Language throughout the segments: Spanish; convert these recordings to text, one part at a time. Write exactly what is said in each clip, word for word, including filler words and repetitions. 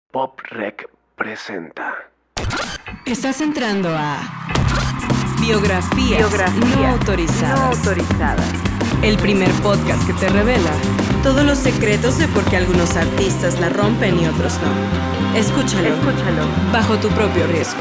PopRec presenta. Estás entrando a Biografías, Biografías no autorizadas. no autorizadas. El primer podcast que te revela todos los secretos de por qué algunos artistas la rompen y otros no. Escúchalo, Escúchalo. bajo tu propio riesgo.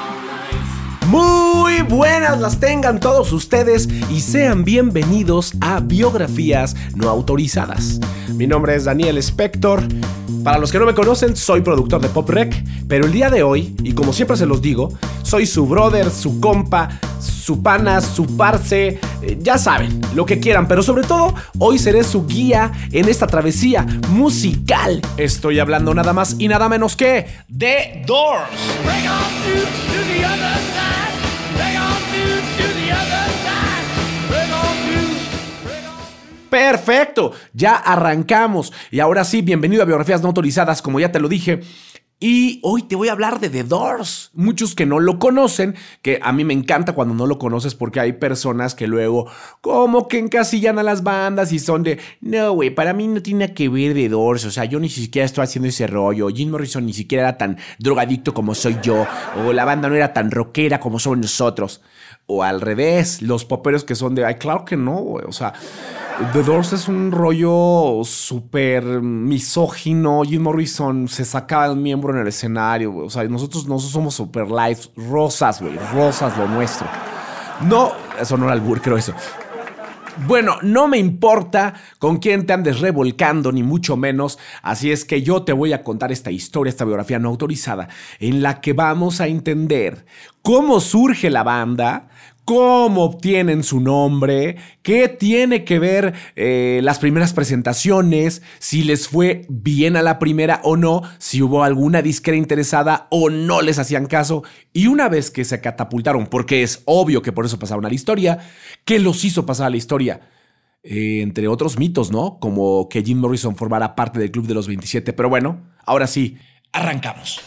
Muy buenas las tengan todos ustedes y sean bienvenidos a Biografías no autorizadas. Mi nombre es Daniel Spector. Para los que no me conocen, soy productor de PopRec, pero el día de hoy, y como siempre se los digo, soy su brother, su compa, su pana, su parce, eh, ya saben, lo que quieran, pero sobre todo, hoy seré su guía en esta travesía musical. Estoy hablando nada más y nada menos que The Doors. Bring on through to the other side. Bring on through to the other side. Bring on through. Bring on through. Perfecto, ya arrancamos. Y ahora sí, bienvenido a Biografías no autorizadas, como ya te lo dije. Y hoy te voy a hablar de The Doors. Muchos que no lo conocen, que a mí me encanta cuando no lo conoces porque hay personas que luego como que encasillan a las bandas y son de no, güey, para mí no tiene nada que ver The Doors. O sea, yo ni siquiera estoy haciendo ese rollo. Jim Morrison ni siquiera era tan drogadicto como soy yo. O la banda no era tan rockera como somos nosotros. O al revés, los poperos que son de ay, claro que no, güey. O sea, The Doors es un rollo súper misógino. Jim Morrison se sacaba el miembro en el escenario, güey. O sea, nosotros no somos super light. Rosas, güey. Rosas lo nuestro. No, eso no era albur, creo eso. Bueno, no me importa con quién te andes revolcando, ni mucho menos. Así es que yo te voy a contar esta historia, esta biografía no autorizada, en la que vamos a entender cómo surge la banda, cómo obtienen su nombre, qué tiene que ver eh, las primeras presentaciones, si les fue bien a la primera o no, si hubo alguna disquera interesada o no les hacían caso. Y una vez que se catapultaron, porque es obvio que por eso pasaron a la historia, ¿qué los hizo pasar a la historia? Eh, entre otros mitos, ¿no? Como que Jim Morrison formara parte del Club de los veintisiete. Pero bueno, ahora sí, arrancamos.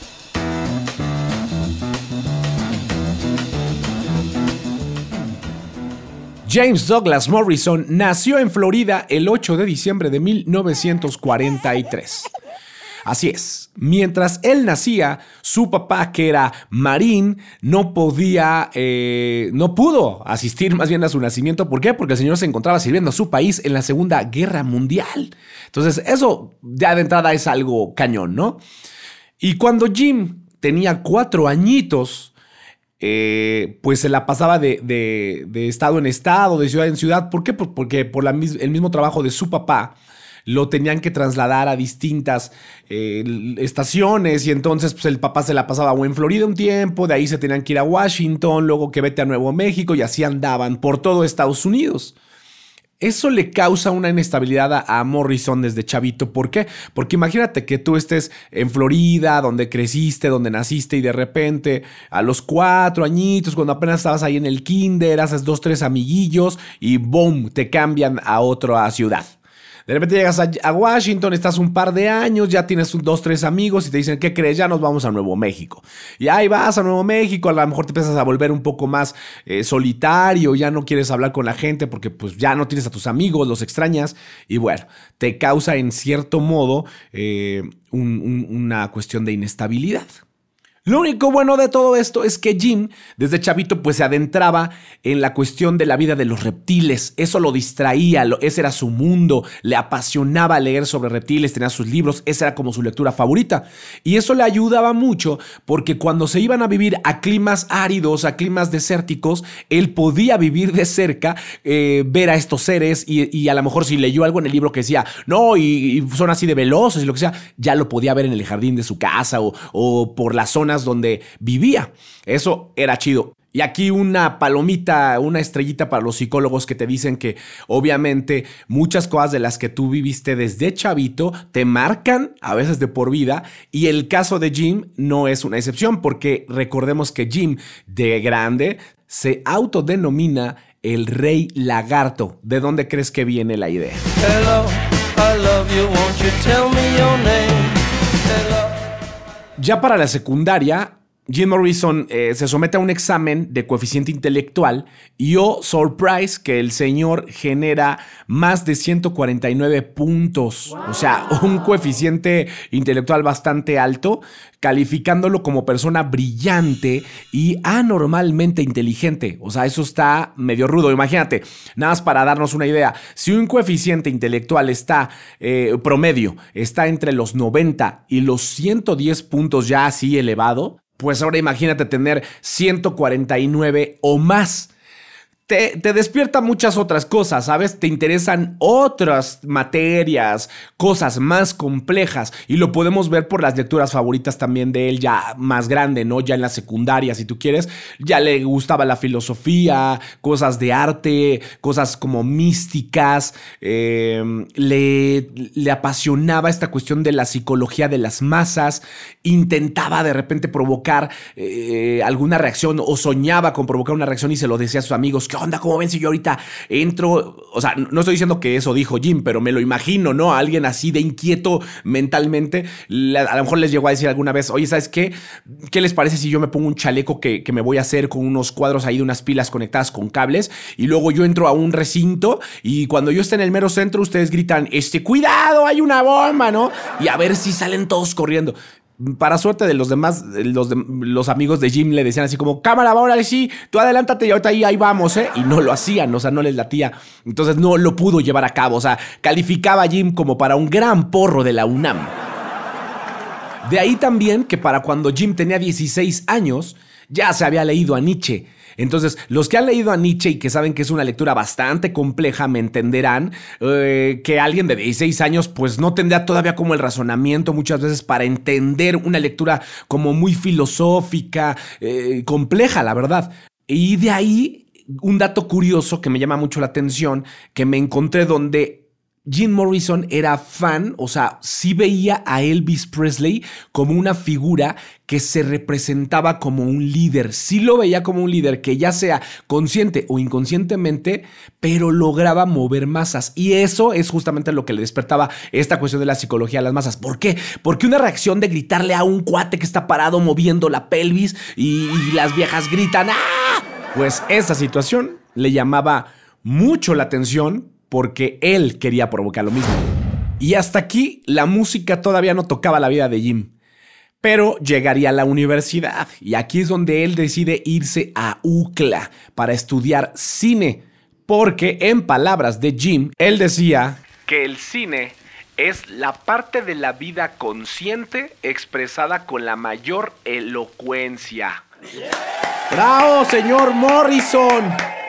James Douglas Morrison nació en Florida el ocho de diciembre de mil novecientos cuarenta y tres. Así es, mientras él nacía, su papá, que era marín, no podía, eh, no pudo asistir más bien a su nacimiento. ¿Por qué? Porque el señor se encontraba sirviendo a su país en la Segunda Guerra Mundial. Entonces, eso ya de entrada es algo cañón, ¿no? Y cuando Jim tenía cuatro añitos, Eh, pues se la pasaba de, de, de estado en estado, de ciudad en ciudad. ¿Por qué? Porque por la, el mismo trabajo de su papá lo tenían que trasladar a distintas eh, estaciones y entonces pues, el papá se la pasaba o en Florida un tiempo, de ahí se tenían que ir a Washington, luego que vete a Nuevo México y así andaban por todo Estados Unidos. Eso le causa una inestabilidad a, a Morrison desde chavito. ¿Por qué? Porque imagínate que tú estés en Florida, donde creciste, donde naciste y de repente a los cuatro añitos, cuando apenas estabas ahí en el kinder, haces dos, tres amiguillos y ¡boom! Te cambian a otra ciudad. De repente llegas a, a Washington, estás un par de años, ya tienes un, dos, tres amigos y te dicen, ¿qué crees? Ya nos vamos a Nuevo México. Y ahí vas a Nuevo México, a lo mejor te empiezas a volver un poco más eh, solitario, ya no quieres hablar con la gente porque pues ya no tienes a tus amigos, los extrañas y bueno, te causa en cierto modo eh, un, un, una cuestión de inestabilidad. Lo único bueno de todo esto es que Jim, desde chavito, pues se adentraba en la cuestión de la vida de los reptiles. Eso lo distraía, lo, ese era su mundo, le apasionaba leer sobre reptiles, tenía sus libros, esa era como su lectura favorita. Y eso le ayudaba mucho porque cuando se iban a vivir a climas áridos, a climas desérticos, él podía vivir de cerca, eh, ver a estos seres y, y a lo mejor si leyó algo en el libro que decía, no, y, y son así de veloces y lo que sea, ya lo podía ver en el jardín de su casa o, o por la zona donde vivía. Eso era chido. Y aquí una palomita, una estrellita para los psicólogos que te dicen que obviamente muchas cosas de las que tú viviste desde chavito te marcan a veces de por vida y el caso de Jim no es una excepción porque recordemos que Jim de grande se autodenomina el Rey Lagarto. ¿De dónde crees que viene la idea? Hello, I love you, won't you tell me your name? Hello. Ya para la secundaria Jim Morrison eh, se somete a un examen de coeficiente intelectual y, oh, surprise, que el señor genera más de ciento cuarenta y nueve puntos. Wow. O sea, un coeficiente intelectual bastante alto, calificándolo como persona brillante y anormalmente inteligente. O sea, eso está medio rudo. Imagínate, nada más para darnos una idea. Si un coeficiente intelectual está eh, promedio, está entre los noventa y los ciento diez puntos ya así elevado, pues ahora imagínate tener ciento cuarenta y nueve o más. Te, te despierta muchas otras cosas, ¿sabes? Te interesan otras materias, cosas más complejas. Y lo podemos ver por las lecturas favoritas también de él ya más grande, ¿no? Ya en la secundaria, si tú quieres. Ya le gustaba la filosofía, cosas de arte, cosas como místicas. Eh, le, le apasionaba esta cuestión de la psicología de las masas. Intentaba de repente provocar eh, alguna reacción o soñaba con provocar una reacción y se lo decía a sus amigos. ¿Qué onda? ¿Cómo ven si yo ahorita entro? O sea, no estoy diciendo que eso dijo Jim, pero me lo imagino, ¿no? A alguien así de inquieto mentalmente. A lo mejor les llegó a decir alguna vez, oye, ¿sabes qué? ¿Qué les parece si yo me pongo un chaleco que, que me voy a hacer con unos cuadros ahí de unas pilas conectadas con cables y luego yo entro a un recinto y cuando yo esté en el mero centro ustedes gritan, este, cuidado, hay una bomba, ¿no? Y a ver si salen todos corriendo. Para suerte de los demás, los, de, los amigos de Jim le decían así como, cámara, ahora sí, tú adelántate y ahorita ahí, ahí vamos, ¿eh? Y no lo hacían, o sea, no les latía. Entonces no lo pudo llevar a cabo, o sea, calificaba a Jim como para un gran porro de la UNAM. De ahí también que para cuando Jim tenía dieciséis años, ya se había leído a Nietzsche. Entonces, los que han leído a Nietzsche y que saben que es una lectura bastante compleja me entenderán eh, que alguien de dieciséis años pues no tendrá todavía como el razonamiento muchas veces para entender una lectura como muy filosófica, eh, compleja, la verdad. Y de ahí un dato curioso que me llama mucho la atención, que me encontré donde Jim Morrison era fan, o sea, sí veía a Elvis Presley como una figura que se representaba como un líder. Sí lo veía como un líder que ya sea consciente o inconscientemente, pero lograba mover masas. Y eso es justamente lo que le despertaba esta cuestión de la psicología a las masas. ¿Por qué? Porque una reacción de gritarle a un cuate que está parado moviendo la pelvis y, y las viejas gritan ¡ah! Pues esa situación le llamaba mucho la atención porque él quería provocar lo mismo. Y hasta aquí la música todavía no tocaba la vida de Jim. Pero llegaría a la universidad y aquí es donde él decide irse a U C L A para estudiar cine. Porque en palabras de Jim, él decía que el cine es la parte de la vida consciente expresada con la mayor elocuencia. ¡Bravo, señor Morrison!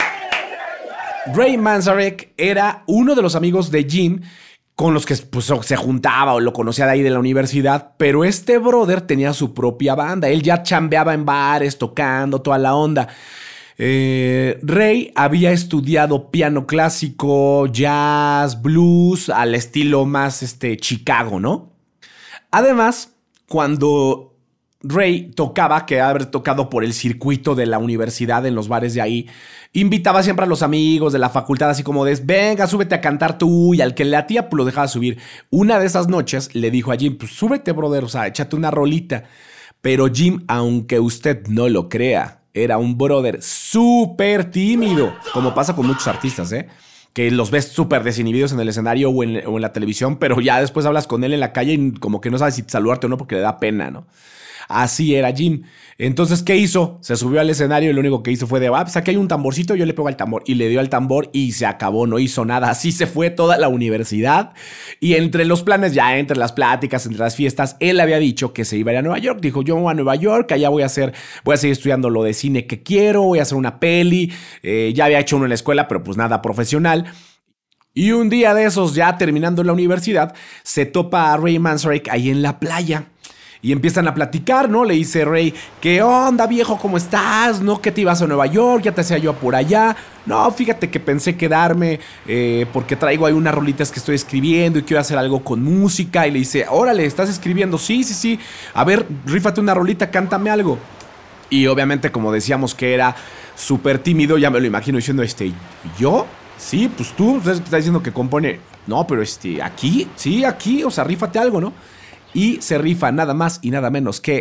Ray Manzarek era uno de los amigos de Jim con los que pues, se juntaba o lo conocía de ahí de la universidad, pero este brother tenía su propia banda. Él ya chambeaba en bares, tocando, toda la onda. Eh, Ray había estudiado piano clásico, jazz, blues, al estilo más este, Chicago, ¿no? Además, cuando Ray tocaba, que haber tocado por el circuito de la universidad en los bares de ahí, invitaba siempre a los amigos de la facultad así como de, venga, súbete a cantar tú, y al que le latía pues lo dejaba subir. Una de esas noches le dijo a Jim, pues súbete, brother, o sea, échate una rolita. Pero Jim, aunque usted no lo crea, era un brother súper tímido, como pasa con muchos artistas, ¿eh? Que los ves súper desinhibidos en el escenario o en, o en la televisión, pero ya después hablas con él en la calle y como que no sabes si saludarte o no porque le da pena, ¿no? Así era Jim. Entonces, ¿qué hizo? Se subió al escenario y lo único que hizo fue de, ah, pues aquí hay un tamborcito, yo le pego al tambor. Y le dio al tambor y se acabó, no hizo nada. Así se fue toda la universidad. Y entre los planes, ya entre las pláticas, entre las fiestas, él había dicho que se iba a ir a Nueva York. Dijo, yo voy a Nueva York, allá voy a hacer, voy a seguir estudiando lo de cine que quiero, voy a hacer una peli. Eh, ya había hecho uno en la escuela, pero pues nada profesional. Y un día de esos, ya terminando la universidad, se topa a Ray Manzarek ahí en la playa. Y empiezan a platicar, ¿no? Le dice Ray, ¿qué onda, viejo? ¿Cómo estás? ¿No? ¿Que te ibas a Nueva York? Ya te hacía yo por allá. No, fíjate que pensé quedarme eh, porque traigo ahí unas rolitas que estoy escribiendo y quiero hacer algo con música. Y le dice, órale, ¿estás escribiendo? Sí, sí, sí. A ver, rífate una rolita, cántame algo. Y obviamente, como decíamos que era súper tímido, ya me lo imagino diciendo, este, ¿yo? Sí, pues tú estás diciendo que compone. No, pero este, ¿aquí? Sí, aquí, o sea, rífate algo, ¿no? Y se rifa nada más y nada menos que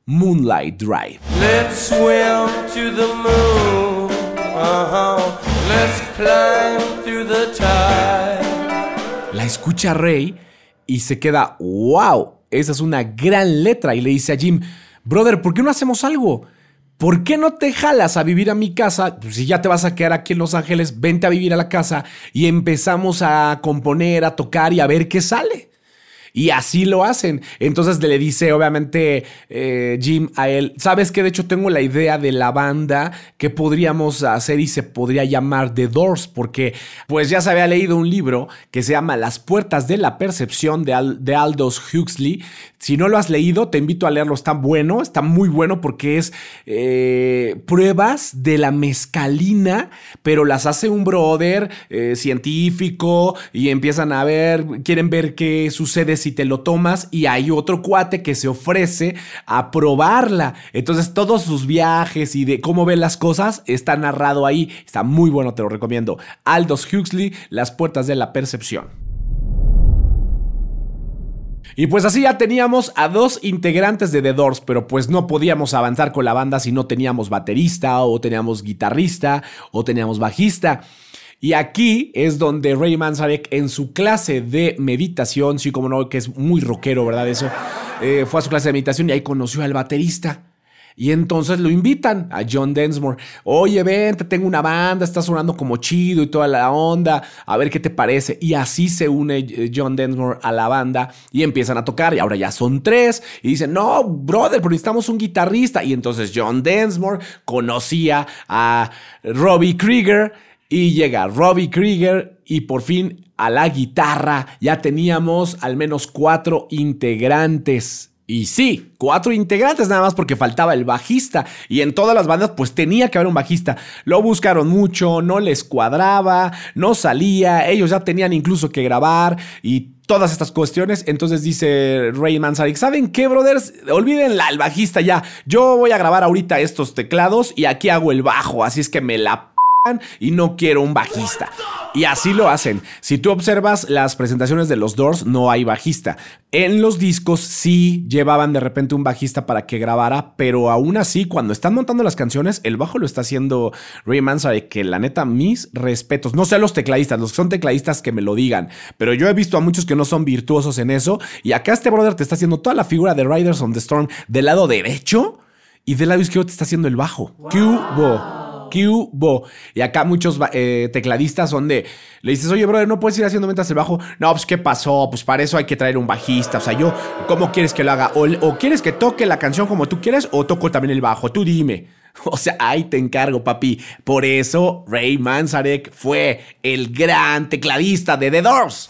Moonlight Drive. Let's swim to the moon. Uh-huh. Let's climb through the tide. La escucha Ray y se queda, wow, esa es una gran letra. Y le dice a Jim, brother, ¿por qué no hacemos algo? ¿Por qué no te jalas a vivir a mi casa? Pues si ya te vas a quedar aquí en Los Ángeles, vente a vivir a la casa y empezamos a componer, a tocar y a ver qué sale. Y así lo hacen. Entonces le dice, obviamente, eh, Jim a él, ¿sabes qué? De hecho, tengo la idea de la banda que podríamos hacer y se podría llamar The Doors, porque pues ya se había leído un libro que se llama Las Puertas de la Percepción de, Al- de Aldous Huxley. Si no lo has leído, te invito a leerlo. Está bueno, está muy bueno porque es eh, pruebas de la mescalina, pero las hace un brother eh, científico y empiezan a ver, quieren ver qué sucede si te lo tomas, y hay otro cuate que se ofrece a probarla. Entonces todos sus viajes y de cómo ve las cosas está narrado ahí. Está muy bueno, te lo recomiendo. Aldous Huxley, Las Puertas de la Percepción. Y pues así ya teníamos a dos integrantes de The Doors, pero pues no podíamos avanzar con la banda si no teníamos baterista, o teníamos guitarrista, o teníamos bajista. Y aquí es donde Ray Manzarek, en su clase de meditación, sí, como no, que es muy rockero, ¿verdad? Eso, eh, fue a su clase de meditación y ahí conoció al baterista. Y entonces lo invitan a John Densmore. Oye, vente, tengo una banda, está sonando como chido y toda la onda, a ver qué te parece. Y así se une John Densmore a la banda y empiezan a tocar. Y ahora ya son tres. Y dicen, no, brother, pero necesitamos un guitarrista. Y entonces John Densmore conocía a Robbie Krieger. Y llega Robbie Krieger y por fin a la guitarra ya teníamos al menos cuatro integrantes. Y sí, cuatro integrantes nada más porque faltaba el bajista. Y en todas las bandas pues tenía que haber un bajista. Lo buscaron mucho, no les cuadraba, no salía. Ellos ya tenían incluso que grabar y todas estas cuestiones. Entonces dice Ray Manzarek, ¿saben qué, brothers? Olviden al bajista ya. Yo voy a grabar ahorita estos teclados y aquí hago el bajo. Así es que me la y no quiero un bajista. Y así lo hacen. Si tú observas las presentaciones de los Doors, no hay bajista. En los discos sí llevaban de repente un bajista para que grabara, pero aún así, cuando están montando las canciones, el bajo lo está haciendo Ray Manzarek, que la neta, mis respetos. No sé a los tecladistas, los que son tecladistas que me lo digan, pero yo he visto a muchos que no son virtuosos en eso, y acá este brother te está haciendo toda la figura de Riders on the Storm del lado derecho, y del lado izquierdo te está haciendo el bajo. ¡Qué hubo! ¿Qué hubo? Y acá muchos eh, tecladistas son de... Le dices, oye, brother, ¿no puedes ir haciendo mientras el bajo? No, pues, ¿qué pasó? Pues para eso hay que traer un bajista. O sea, yo... ¿Cómo quieres que lo haga? O, o ¿quieres que toque la canción como tú quieres? ¿O toco también el bajo? Tú dime. O sea, ahí te encargo, papi. Por eso Ray Manzarek fue el gran tecladista de The Doors.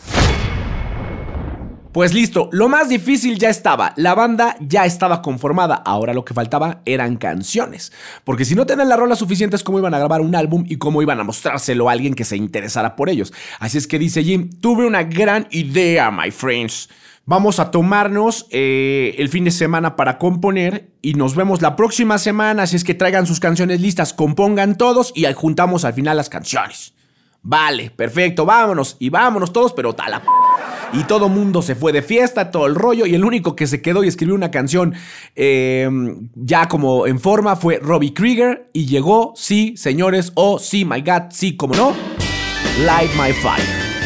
Pues listo, lo más difícil ya estaba, la banda ya estaba conformada, ahora lo que faltaba eran canciones, porque si no tenían las rolas suficientes, ¿cómo iban a grabar un álbum y cómo iban a mostrárselo a alguien que se interesara por ellos? Así es que dice Jim, tuve una gran idea, my friends. Vamos a tomarnos eh, el fin de semana para componer y nos vemos la próxima semana, así es que traigan sus canciones listas, compongan todos y juntamos al final las canciones. Vale, perfecto, vámonos y vámonos todos, pero tal la p... Y todo mundo se fue de fiesta, todo el rollo, y el único que se quedó y escribió una canción eh, ya como en forma fue Robbie Krieger, y llegó, sí, señores, oh, sí, my God, sí, como no, Light My Fire.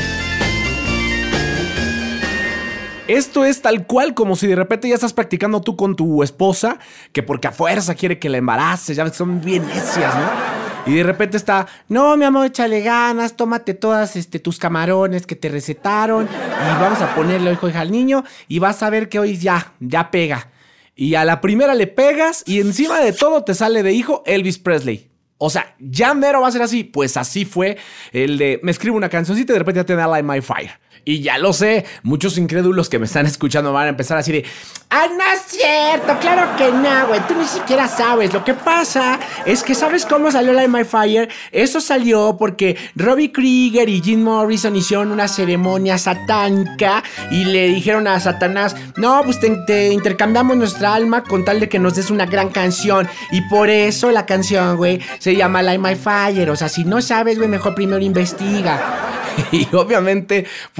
Esto es tal cual como si de repente ya estás practicando tú con tu esposa, que porque a fuerza quiere que la embaraces, ya ves que son bien necias, ¿no? Y de repente está, no, mi amor, échale ganas, tómate todas este, tus camarones que te recetaron y vamos a ponerle hijo hija al niño y vas a ver que hoy ya, ya pega. Y a la primera le pegas y encima de todo te sale de hijo Elvis Presley. O sea, ya mero va a ser así. Pues así fue el de, me escribo una cancioncita y de repente ya te da Light My Fire. Y ya lo sé, muchos incrédulos que me están escuchando van a empezar así de, ¡ah, no es cierto! ¡Claro que no, güey! Tú ni siquiera sabes. Lo que pasa es que, ¿sabes cómo salió Light My Fire? Eso salió porque Robbie Krieger y Jim Morrison hicieron una ceremonia satánica y le dijeron a Satanás, no, pues te, te intercambiamos nuestra alma con tal de que nos des una gran canción. Y por eso la canción, güey, se llama Light My Fire. O sea, si no sabes, güey, mejor primero investiga. Y obviamente, pues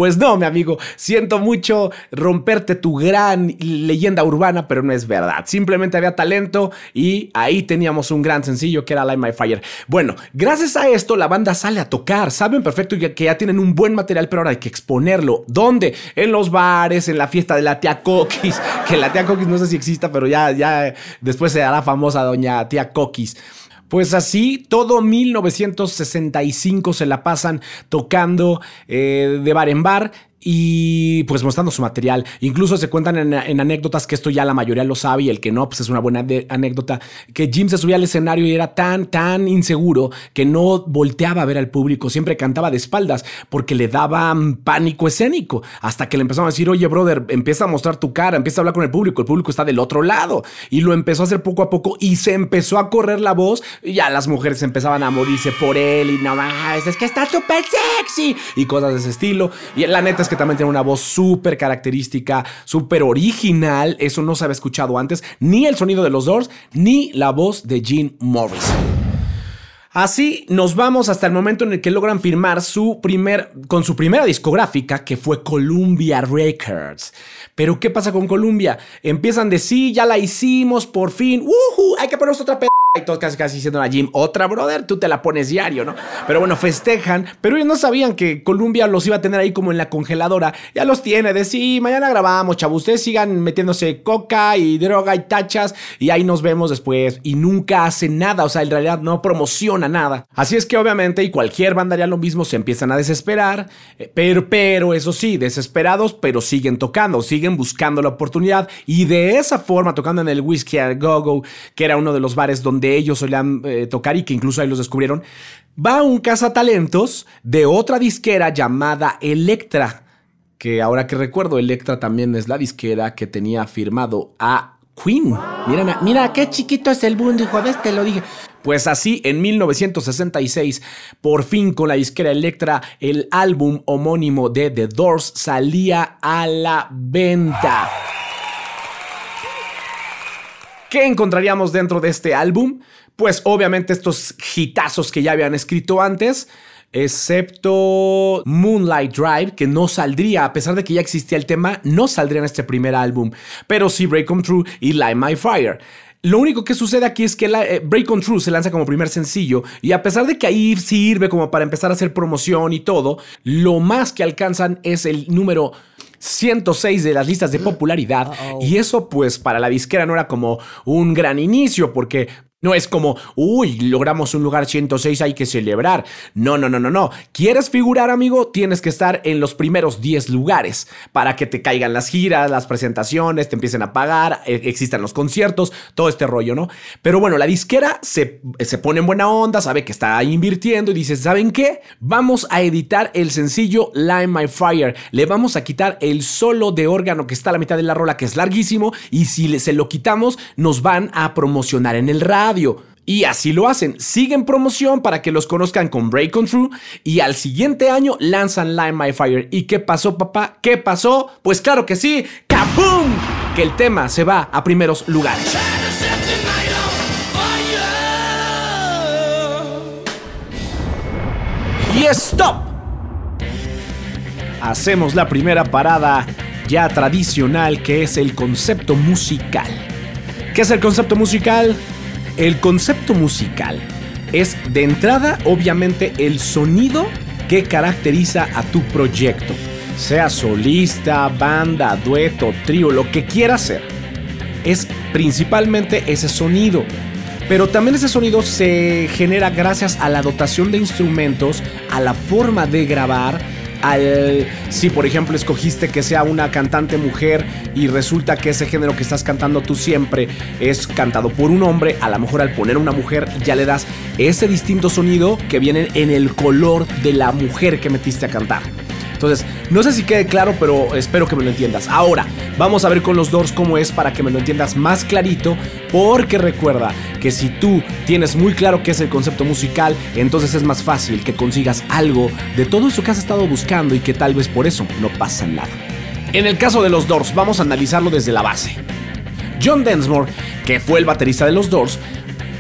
Pues no, mi amigo, siento mucho romperte tu gran leyenda urbana, pero no es verdad. Simplemente había talento y ahí teníamos un gran sencillo que era Light My Fire. Bueno, gracias a esto la banda sale a tocar. Saben perfecto que ya tienen un buen material, pero ahora hay que exponerlo. ¿Dónde? En los bares, en la fiesta de la tía Coquis. Que la tía Coquis no sé si exista, pero ya, ya después se hará famosa doña tía Coquis. Pues así, todo mil novecientos sesenta y cinco se la pasan tocando eh, de bar en bar y pues mostrando su material. Incluso se cuentan en, en anécdotas, que esto ya la mayoría lo sabe y el que no, pues es una buena de, anécdota, que Jim se subía al escenario y era tan, tan inseguro que no volteaba a ver al público, siempre cantaba de espaldas porque le daba pánico escénico, hasta que le empezaron a decir, oye brother, empieza a mostrar tu cara, empieza a hablar con el público, el público está del otro lado, y lo empezó a hacer poco a poco y se empezó a correr la voz y ya las mujeres empezaban a morirse por él y no más, es que está súper sexy y cosas de ese estilo. Y la neta es que también tiene una voz súper característica, súper original. Eso no se había escuchado antes, ni el sonido de los Doors, ni la voz de Jim Morrison. Así nos vamos hasta el momento en el que logran firmar su primer, con su primera discográfica, que fue Columbia Records. Pero ¿qué pasa con Columbia? Empiezan de sí, ya la hicimos, por fin. ¡Woohoo! Hay que ponernos otra p***. Y todos casi casi diciendo a Jim, otra brother, tú te la pones diario, ¿no? Pero bueno, festejan, pero ellos no sabían que Columbia los iba a tener ahí como en la congeladora. Ya los tiene, de sí, mañana grabamos, chavos, ustedes sigan metiéndose coca y droga y tachas y ahí nos vemos después. Y nunca hacen nada, o sea, en realidad no promociona nada. Así es que obviamente, y cualquier banda haría lo mismo, se empiezan a desesperar, pero, pero eso sí, desesperados, pero siguen tocando, siguen buscando la oportunidad y de esa forma, tocando en el Whiskey a Go Go, que era uno de los bares donde ellos solían eh, tocar y que incluso ahí los descubrieron, va un cazatalentos de otra disquera llamada Elektra, que ahora que recuerdo, Elektra también es la disquera que tenía firmado a Queen. Mira, mira qué chiquito es el mundo, hijo de este, lo dije. Pues así, en mil novecientos sesenta y seis, por fin con la disquera Elektra, el álbum homónimo de The Doors salía a la venta. ¿Qué encontraríamos dentro de este álbum? Pues obviamente estos hitazos que ya habían escrito antes, excepto Moonlight Drive, que no saldría, a pesar de que ya existía el tema, no saldría en este primer álbum, pero sí Break On Through y Light My Fire. Lo único que sucede aquí es que la, eh, Break On Through se lanza como primer sencillo y a pesar de que ahí sirve como para empezar a hacer promoción y todo, lo más que alcanzan es el número ciento seis de las listas de popularidad. Uh-oh. Y eso pues para la disquera no era como un gran inicio porque no es como, uy, logramos un lugar ciento seis, hay que celebrar. No, no, no, no, no. ¿Quieres figurar, amigo? Tienes que estar en los primeros diez lugares para que te caigan las giras, las presentaciones, te empiecen a pagar, eh, existan los conciertos, todo este rollo, ¿no? Pero bueno, la disquera se, se pone en buena onda, sabe que está invirtiendo y dice, ¿saben qué? Vamos a editar el sencillo Light My Fire. Le vamos a quitar el solo de órgano que está a la mitad de la rola, que es larguísimo, y si le, se lo quitamos, nos van a promocionar en el radio. Y así lo hacen, siguen promoción para que los conozcan con Break On Through y al siguiente año lanzan Light My Fire. ¿Y qué pasó, papá? ¿Qué pasó? Pues claro que sí, ¡kaboom! Que el tema se va a primeros lugares. Y stop. Hacemos la primera parada ya tradicional, que es el concepto musical. ¿Qué es el concepto musical? El concepto musical es de entrada, obviamente, el sonido que caracteriza a tu proyecto. Sea solista, banda, dueto, trío, lo que quieras ser. Es principalmente ese sonido. Pero también ese sonido se genera gracias a la dotación de instrumentos, a la forma de grabar, al, si por ejemplo escogiste que sea una cantante mujer y resulta que ese género que estás cantando tú siempre es cantado por un hombre, a lo mejor al poner una mujer ya le das ese distinto sonido que viene en el color de la mujer que metiste a cantar. Entonces, no sé si quede claro, pero espero que me lo entiendas. Ahora, vamos a ver con los Doors cómo es para que me lo entiendas más clarito, porque recuerda que si tú tienes muy claro qué es el concepto musical, entonces es más fácil que consigas algo de todo eso que has estado buscando y que tal vez por eso no pasa nada. En el caso de los Doors, vamos a analizarlo desde la base. John Densmore, que fue el baterista de los Doors,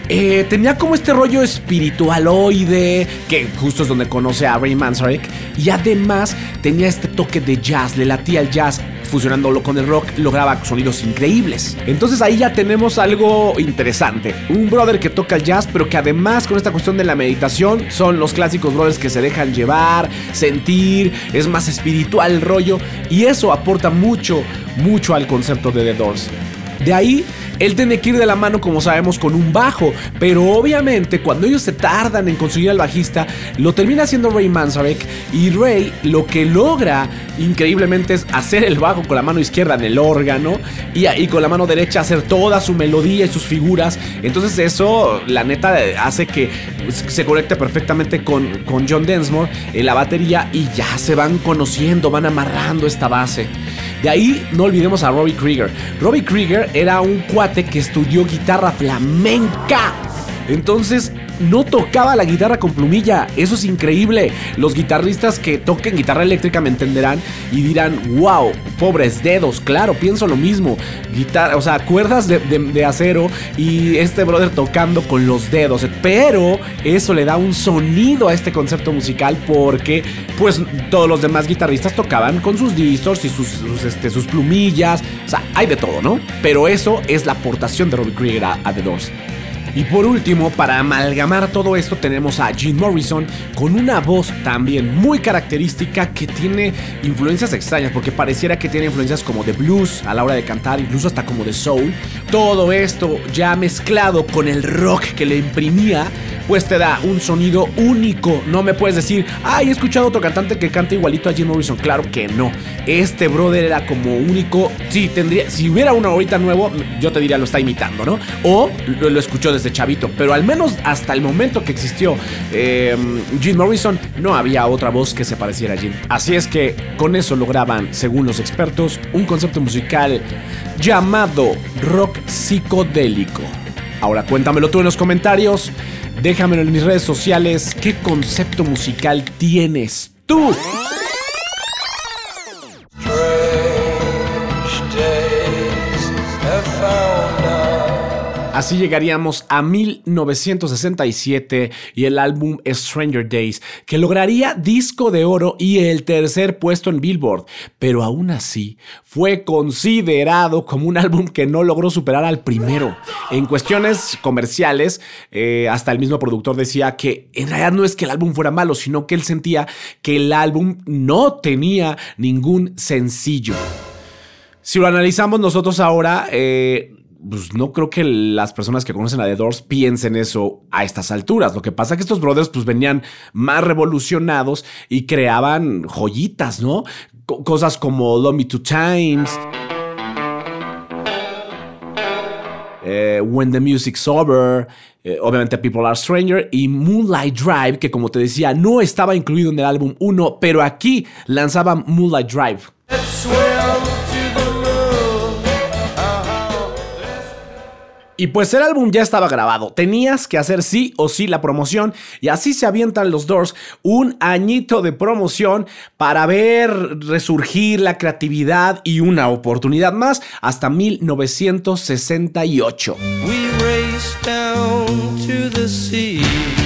Eh, tenía como este rollo espiritualoide, que justo es donde conoce a Ray Manzarek, y además tenía este toque de jazz, le latía el jazz, fusionándolo con el rock, lograba sonidos increíbles. Entonces ahí ya tenemos algo interesante, un brother que toca el jazz, pero que además con esta cuestión de la meditación, son los clásicos brothers que se dejan llevar, sentir, es más espiritual el rollo, y eso aporta mucho, mucho al concepto de The Doors. De ahí, él tiene que ir de la mano, como sabemos, con un bajo, pero obviamente cuando ellos se tardan en conseguir al bajista, lo termina haciendo Ray Manzarek, y Ray lo que logra increíblemente es hacer el bajo con la mano izquierda en el órgano y, y con la mano derecha hacer toda su melodía y sus figuras. Entonces eso, la neta, hace que se conecte perfectamente con, con John Densmore en la batería y ya se van conociendo, van amarrando esta base. De ahí no olvidemos a Robbie Krieger. Robbie Krieger era un cuate que estudió guitarra flamenca. Entonces no tocaba la guitarra con plumilla. Eso es increíble. Los guitarristas que toquen guitarra eléctrica me entenderán y dirán: wow, pobres dedos. Claro, pienso lo mismo. Guitarra, o sea, cuerdas de, de, de acero y este brother tocando con los dedos. Pero eso le da un sonido a este concepto musical, porque pues todos los demás guitarristas tocaban con sus distors y sus, sus, este, sus plumillas. O sea, hay de todo, ¿no? Pero eso es la aportación de Robbie Krieger a, a The Doors. Y por último, para amalgamar todo esto, tenemos a Jim Morrison con una voz también muy característica que tiene influencias extrañas, porque pareciera que tiene influencias como de blues a la hora de cantar, incluso hasta como de soul. Todo esto ya mezclado con el rock que le imprimía, pues te da un sonido único. No me puedes decir: ay, he escuchado otro cantante que canta igualito a Jim Morrison. Claro que no. Este brother era como único. Sí, tendría, si hubiera uno ahorita nuevo, yo te diría lo está imitando, ¿no? O lo, lo escuchó desde chavito. Pero al menos hasta el momento que existió eh, Jim Morrison, no había otra voz que se pareciera a Jim. Así es que con eso lograban, según los expertos, un concepto musical llamado rock psicodélico. Ahora cuéntamelo tú en los comentarios. Déjamelo en mis redes sociales. ¿Qué concepto musical tienes tú? Así llegaríamos a mil novecientos sesenta y siete y el álbum Stranger Days, que lograría disco de oro y el tercer puesto en Billboard, pero aún así fue considerado como un álbum que no logró superar al primero. En cuestiones comerciales, eh, hasta el mismo productor decía que en realidad no es que el álbum fuera malo, sino que él sentía que el álbum no tenía ningún sencillo. Si lo analizamos nosotros ahora, eh, pues no creo que las personas que conocen a The Doors piensen eso a estas alturas. Lo que pasa es que estos brothers pues venían más revolucionados y creaban joyitas, ¿no? C- cosas como Love Me Two Times, eh, When the Music's Over, eh, obviamente People Are Stranger y Moonlight Drive, que como te decía no estaba incluido en el álbum uno, pero aquí lanzaban Moonlight Drive. Y pues el álbum ya estaba grabado, tenías que hacer sí o sí la promoción, y así se avientan los Doors un añito de promoción para ver resurgir la creatividad y una oportunidad más hasta mil novecientos sesenta y ocho. We race down to the sea.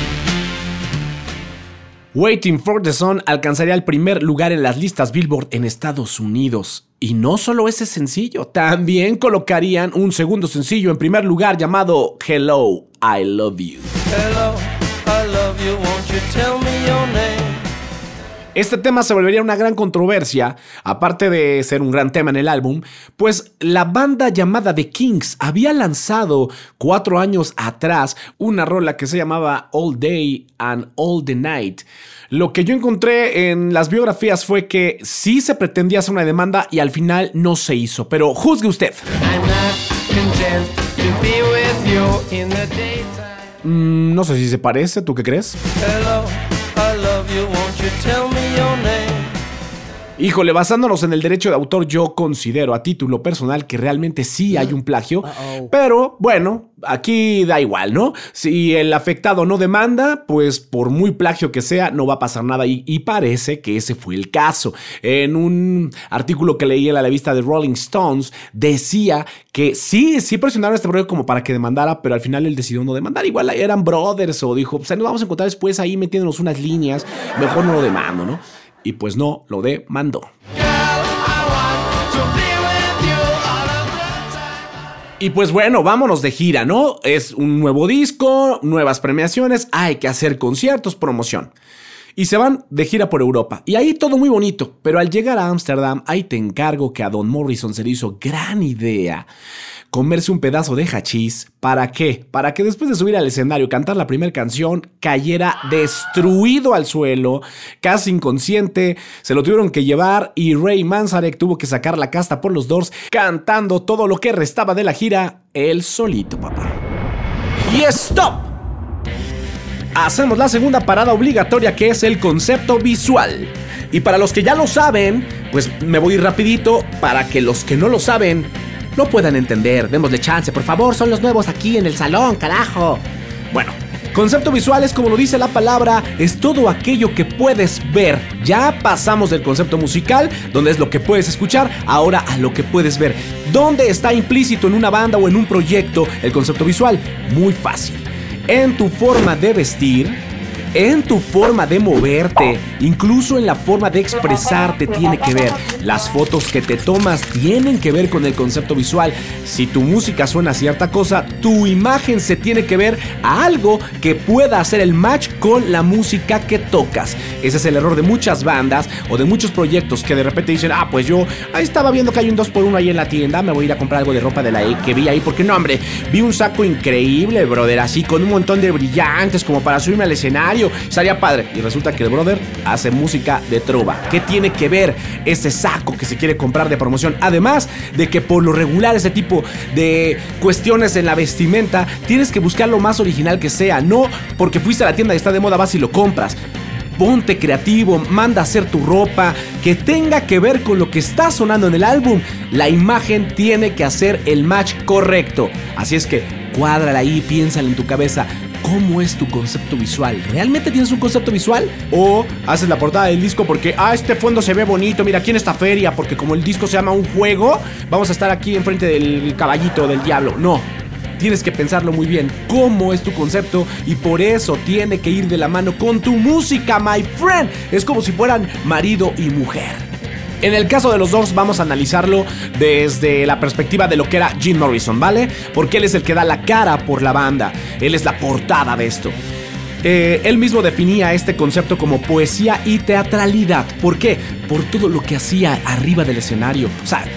Waiting for the Sun alcanzaría el primer lugar en las listas Billboard en Estados Unidos. Y no solo ese sencillo, también colocarían un segundo sencillo en primer lugar llamado Hello, I Love You. Hello, I love you, won't you tell me your name? Este tema se volvería una gran controversia, aparte de ser un gran tema en el álbum, pues la banda llamada The Kings había lanzado cuatro años atrás una rola que se llamaba All Day and All the Night. Lo que yo encontré en las biografías fue que sí se pretendía hacer una demanda y al final no se hizo, pero juzgue usted. I'm not content to be with you in the daytime. Mm, no sé si se parece, ¿tú qué crees? Hello, I love you, won't you tell me your name? Híjole, basándonos en el derecho de autor, yo considero a título personal que realmente sí hay un plagio. Uh-oh. Pero bueno, aquí da igual, ¿no? Si el afectado no demanda, pues por muy plagio que sea, no va a pasar nada. Y, y parece que ese fue el caso. En un artículo que leí en la revista de Rolling Stones, decía que sí, sí presionaron a este proyecto como para que demandara, pero al final él decidió no demandar. Igual eran brothers o dijo, pues nos vamos a encontrar después ahí metiéndonos unas líneas, mejor no lo demando, ¿no? Y pues no, lo demandó. Y pues bueno, vámonos de gira, ¿no? Es un nuevo disco, nuevas premiaciones, hay que hacer conciertos, promoción. Y se van de gira por Europa. Y ahí todo muy bonito. Pero al llegar a Ámsterdam, ahí te encargo que a Don Morrison se le hizo gran idea comerse un pedazo de hachís. ¿Para qué? Para que después de subir al escenario y cantar la primera canción, cayera destruido al suelo, casi inconsciente. Se lo tuvieron que llevar y Ray Manzarek tuvo que sacar la casta por los Doors, cantando todo lo que restaba de la gira, él solito, papá. ¡Y stop! Hacemos la segunda parada obligatoria, que es el concepto visual. Y para los que ya lo saben, pues me voy rapidito para que los que no lo saben no puedan entender. Démosle chance, por favor, son los nuevos aquí en el salón, carajo. Bueno, concepto visual es, como lo dice la palabra, es todo aquello que puedes ver. Ya pasamos del concepto musical, donde es lo que puedes escuchar, ahora a lo que puedes ver. ¿Dónde está implícito en una banda o en un proyecto el concepto visual? Muy fácil. En tu forma de vestir, en tu forma de moverte, incluso en la forma de expresarte tiene que ver. Las fotos que te tomas tienen que ver con el concepto visual. Si tu música suena a cierta cosa, tu imagen se tiene que ver a algo que pueda hacer el match con la música que tocas. Ese es el error de muchas bandas o de muchos proyectos que de repente dicen, ah, pues yo ahí estaba viendo que hay un dos por uno ahí en la tienda, me voy a ir a comprar algo de ropa de la E que vi ahí, porque no, hombre, vi un saco increíble, brother, así con un montón de brillantes como para subirme al escenario. Estaría padre. Y resulta que el brother hace música de trova. ¿Qué tiene que ver ese saco que se quiere comprar de promoción? Además de que por lo regular ese tipo de cuestiones en la vestimenta tienes que buscar lo más original que sea. No porque fuiste a la tienda y está de moda vas y lo compras. Ponte creativo, manda a hacer tu ropa que tenga que ver con lo que está sonando en el álbum. La imagen tiene que hacer el match correcto. Así es que cuádrala ahí, piénsala en tu cabeza. ¿Cómo es tu concepto visual? ¿Realmente tienes un concepto visual? ¿O haces la portada del disco porque, ah, este fondo se ve bonito, mira, aquí en esta feria, porque como el disco se llama un juego, vamos a estar aquí enfrente del caballito del diablo? No, tienes que pensarlo muy bien. ¿Cómo es tu concepto? Y por eso tiene que ir de la mano con tu música, my friend. Es como si fueran marido y mujer. En el caso de los Doors vamos a analizarlo desde la perspectiva de lo que era Jim Morrison, ¿vale? Porque él es el que da la cara por la banda. Él es la portada de esto. Eh, él mismo definía este concepto como poesía y teatralidad. ¿Por qué? Por todo lo que hacía arriba del escenario. O sea,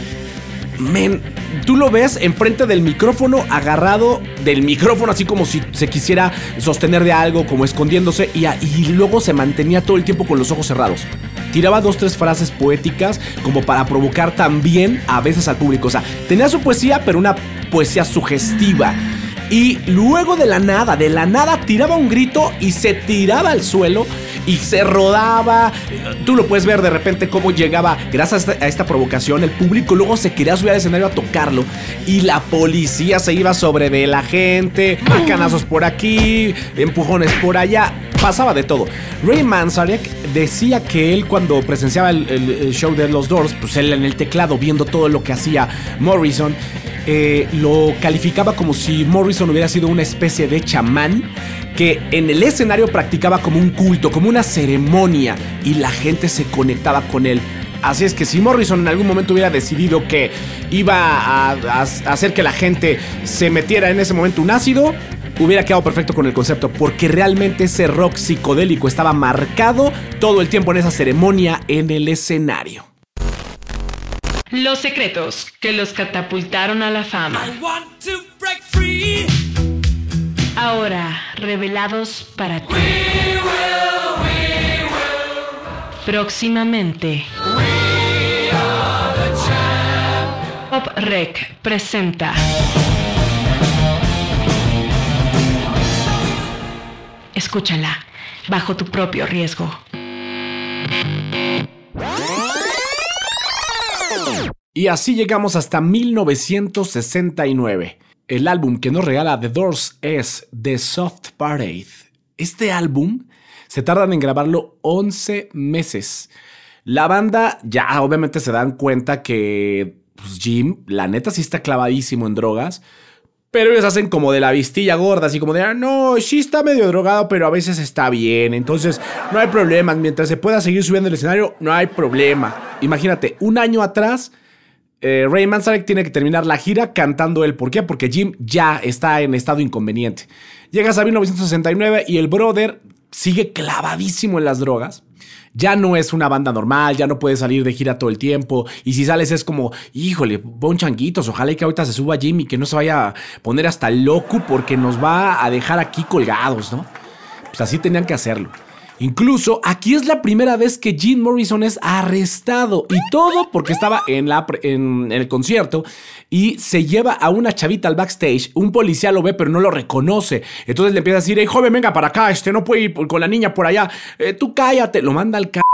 men, tú lo ves enfrente del micrófono, agarrado del micrófono, así como si se quisiera sostener de algo, como escondiéndose, y, y luego se mantenía todo el tiempo con los ojos cerrados. Tiraba dos, tres frases poéticas como para provocar también a veces al público. O sea, tenía su poesía, pero una poesía sugestiva. Y luego de la nada, de la nada tiraba un grito y se tiraba al suelo y se rodaba. Tú lo puedes ver de repente cómo llegaba, gracias a esta, a esta provocación, el público luego se quería subir al escenario a tocarlo y la policía se iba sobre de la gente, macanazos por aquí, empujones por allá. Pasaba de todo. Ray Manzarek decía que él, cuando presenciaba el, el, el show de los Doors, pues él en el teclado viendo todo lo que hacía Morrison, eh, lo calificaba como si Morrison hubiera sido una especie de chamán que en el escenario practicaba como un culto, como una ceremonia, y la gente se conectaba con él. Así es que si Morrison en algún momento hubiera decidido que iba a, a, a hacer que la gente se metiera en ese momento un ácido, hubiera quedado perfecto con el concepto, porque realmente ese rock psicodélico estaba marcado todo el tiempo en esa ceremonia en el escenario. Los secretos que los catapultaron a la fama. I want to break free. Ahora revelados para ti. We will, we will. Próximamente. We are the champ. Pop Rec presenta. Escúchala bajo tu propio riesgo. Y así llegamos hasta mil novecientos sesenta y nueve. El álbum que nos regala The Doors es The Soft Parade. Este álbum se tardan en grabarlo once meses. La banda ya obviamente se dan cuenta que pues, Jim, la neta, sí está clavadísimo en drogas. Pero ellos hacen como de la vistilla gorda, así como de, ah, no, sí está medio drogado, pero a veces está bien. Entonces, no hay problema. Mientras se pueda seguir subiendo el escenario, no hay problema. Imagínate, un año atrás, eh, Ray Manzarek tiene que terminar la gira cantando él. ¿Por qué? Porque Jim ya está en estado inconveniente. Llegas a mil novecientos sesenta y nueve y el brother sigue clavadísimo en las drogas. Ya no es una banda normal, ya no puede salir de gira todo el tiempo. Y si sales es como, híjole, pon changuitos. Ojalá que ahorita se suba Jimmy, que no se vaya a poner hasta loco porque nos va a dejar aquí colgados, ¿no? Pues así tenían que hacerlo. Incluso aquí es la primera vez que Jim Morrison es arrestado. Y todo porque estaba en, la, en, en el concierto y se lleva a una chavita al backstage. Un policía lo ve pero no lo reconoce. Entonces le empieza a decir, hey joven, venga para acá, este no puede ir con la niña por allá. Eh, tú cállate, lo manda al c***.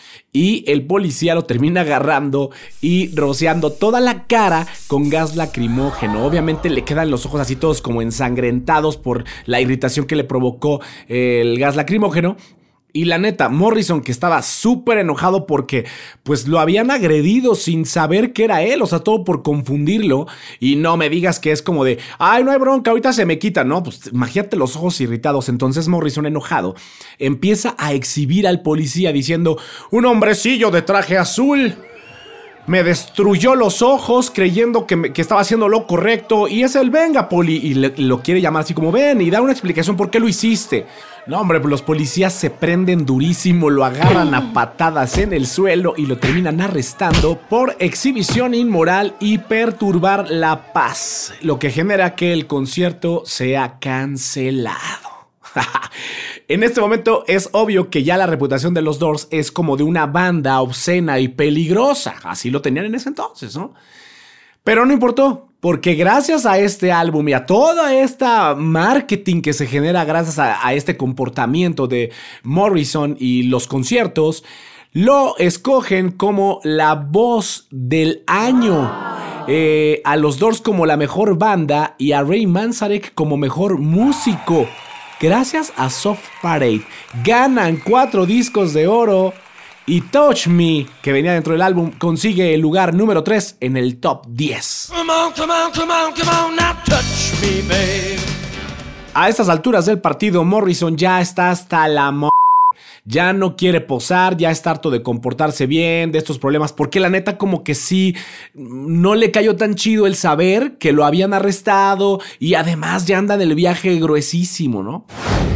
Y el policía lo termina agarrando y rociando toda la cara con gas lacrimógeno. Obviamente le quedan los ojos así todos como ensangrentados por la irritación que le provocó el gas lacrimógeno. Y la neta, Morrison, que estaba súper enojado porque pues lo habían agredido sin saber que era él, o sea, todo por confundirlo. Y no me digas que es como de, ay, no hay bronca, ahorita se me quita. No, pues imagínate los ojos irritados. Entonces Morrison, enojado, empieza a exhibir al policía diciendo, un hombrecillo de traje azul me destruyó los ojos creyendo que, me, que estaba haciendo lo correcto. Y es el venga, poli. Y le, lo quiere llamar así como ven y da una explicación por qué lo hiciste. No, hombre, los policías se prenden durísimo, lo agarran a patadas en el suelo y lo terminan arrestando por exhibición inmoral y perturbar la paz. Lo que genera que el concierto sea cancelado. En este momento es obvio que ya la reputación de los Doors es como de una banda obscena y peligrosa. Así lo tenían en ese entonces, ¿no? Pero no importó, porque gracias a este álbum y a toda esta marketing que se genera gracias a, a este comportamiento de Morrison y los conciertos, lo escogen como la voz del año. Eh, a los Doors como la mejor banda y a Ray Manzarek como mejor músico. Gracias a Soft Parade, ganan cuatro discos de oro y Touch Me, que venía dentro del álbum, consigue el lugar número tres en el top diez. Come on, come on, come on, come on, now touch me, babe. A estas alturas del partido, Morrison ya está hasta la m***. Ya no quiere posar, ya está harto de comportarse bien, de estos problemas, porque la neta como que sí, no le cayó tan chido el saber que lo habían arrestado y además ya anda en el viaje gruesísimo, ¿no?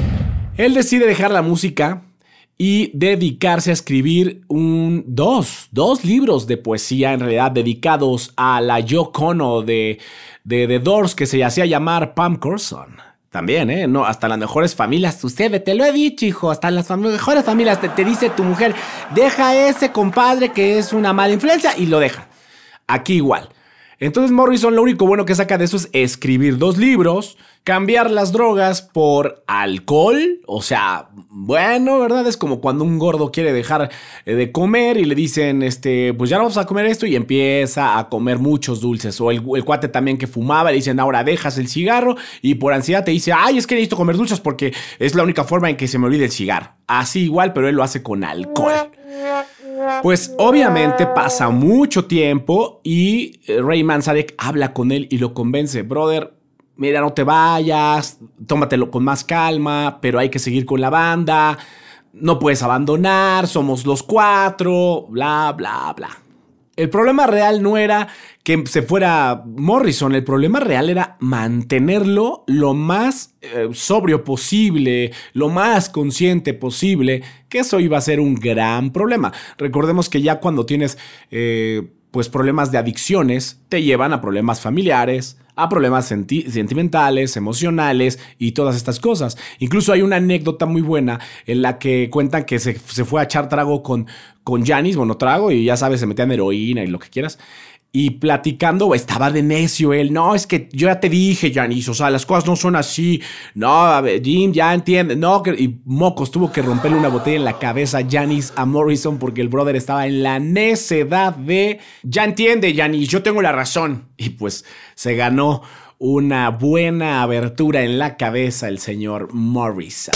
Él decide dejar la música y dedicarse a escribir un, dos, dos libros de poesía en realidad dedicados a la Yoko Ono de, de The Doors que se hacía llamar Pam Corson. También, ¿eh? No, hasta las mejores familias, usted, te lo he dicho, hijo, hasta las fam- mejores familias te, te dice tu mujer, deja a ese compadre que es una mala influencia y lo deja. Aquí igual. Entonces Morrison lo único bueno que saca de eso es escribir dos libros, cambiar las drogas por alcohol, o sea, bueno, ¿verdad? Es como cuando un gordo quiere dejar de comer y le dicen, este, pues ya no vamos a comer esto y empieza a comer muchos dulces. O el, el cuate también que fumaba, le dicen, ahora dejas el cigarro y por ansiedad te dice, ay, es que necesito comer dulces porque es la única forma en que se me olvide el cigarro. Así igual, pero él lo hace con alcohol. Pues obviamente pasa mucho tiempo y Ray Manzarek habla con él y lo convence. Brother, mira, no te vayas, tómatelo con más calma, pero hay que seguir con la banda, no puedes abandonar, somos los cuatro, bla, bla, bla. El problema real no era que se fuera Morrison, el problema real era mantenerlo lo más eh, sobrio posible, lo más consciente posible, que eso iba a ser un gran problema. Recordemos que ya cuando tienes eh, pues problemas de adicciones, te llevan a problemas familiares, a problemas senti- sentimentales, emocionales y todas estas cosas. Incluso hay una anécdota muy buena en la que cuentan que se, se fue a echar trago con, con Janis, bueno, trago y ya sabes, se metían heroína y lo que quieras. y platicando, estaba de necio él. No, es que yo ya te dije, Janis, o sea, las cosas no son así. No, a ver, Jim, ya entiende. No, que... y mocos, tuvo que romperle una botella en la cabeza a Janis a Morrison porque el brother estaba en la necedad de, ya entiende, Janis, yo tengo la razón. Y pues se ganó una buena abertura en la cabeza el señor Morrison.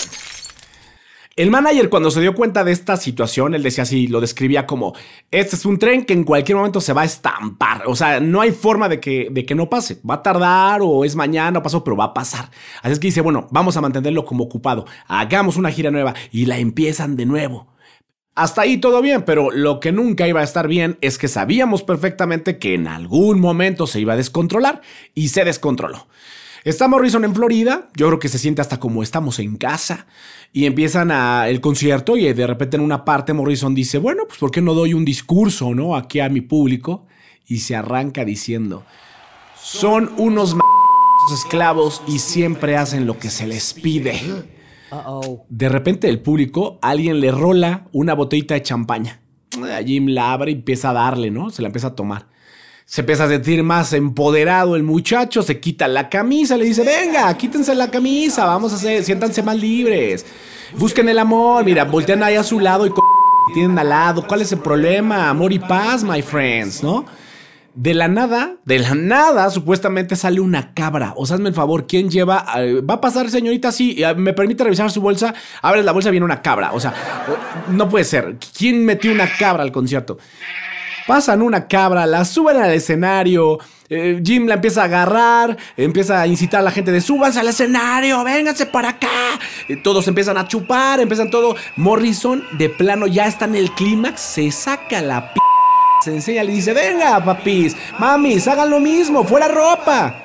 El manager, cuando se dio cuenta de esta situación, él decía así, lo describía como, este es un tren que en cualquier momento se va a estampar. O sea, no hay forma de que, de que no pase. Va a tardar o es mañana o pasó, pero va a pasar. Así es que dice, bueno, vamos a mantenerlo como ocupado. Hagamos una gira nueva y la empiezan de nuevo. Hasta ahí todo bien, pero lo que nunca iba a estar bien es que sabíamos perfectamente que en algún momento se iba a descontrolar y se descontroló. Está Morrison en Florida, yo creo que se siente hasta como estamos en casa y empiezan a el concierto y de repente en una parte Morrison dice, bueno, pues ¿por qué no doy un discurso, no, aquí a mi público? Y se arranca diciendo, son unos m***** esclavos y siempre hacen lo que se les pide. Uh-oh. De repente el público, alguien le rola una botellita de champaña. Jim la abre y empieza a darle, ¿no? Se la empieza a tomar. Se empieza a sentir más empoderado el muchacho, se quita la camisa, le dice, venga, quítense la camisa, vamos a hacer, siéntanse más libres. Busquen el amor, mira, voltean ahí a su lado y co- tienen al lado. ¿Cuál es el problema? Amor y paz, my friends, ¿no? De la nada, de la nada, supuestamente sale una cabra. O sea, hazme el favor, ¿quién lleva? Uh, va a pasar, señorita, sí, uh, ¿me permite revisar su bolsa? Abres la bolsa, viene una cabra. O sea, uh, no puede ser. ¿Quién metió una cabra al concierto? Pasan una cabra, la suben al escenario, eh, Jim la empieza a agarrar, empieza a incitar a la gente de súbanse al escenario, vénganse para acá. Eh, todos empiezan a chupar, empiezan todo. Morrison, de plano, ya está en el clímax, se saca la p... se enseña, le dice, venga, papis, mamis, hagan lo mismo, fuera ropa.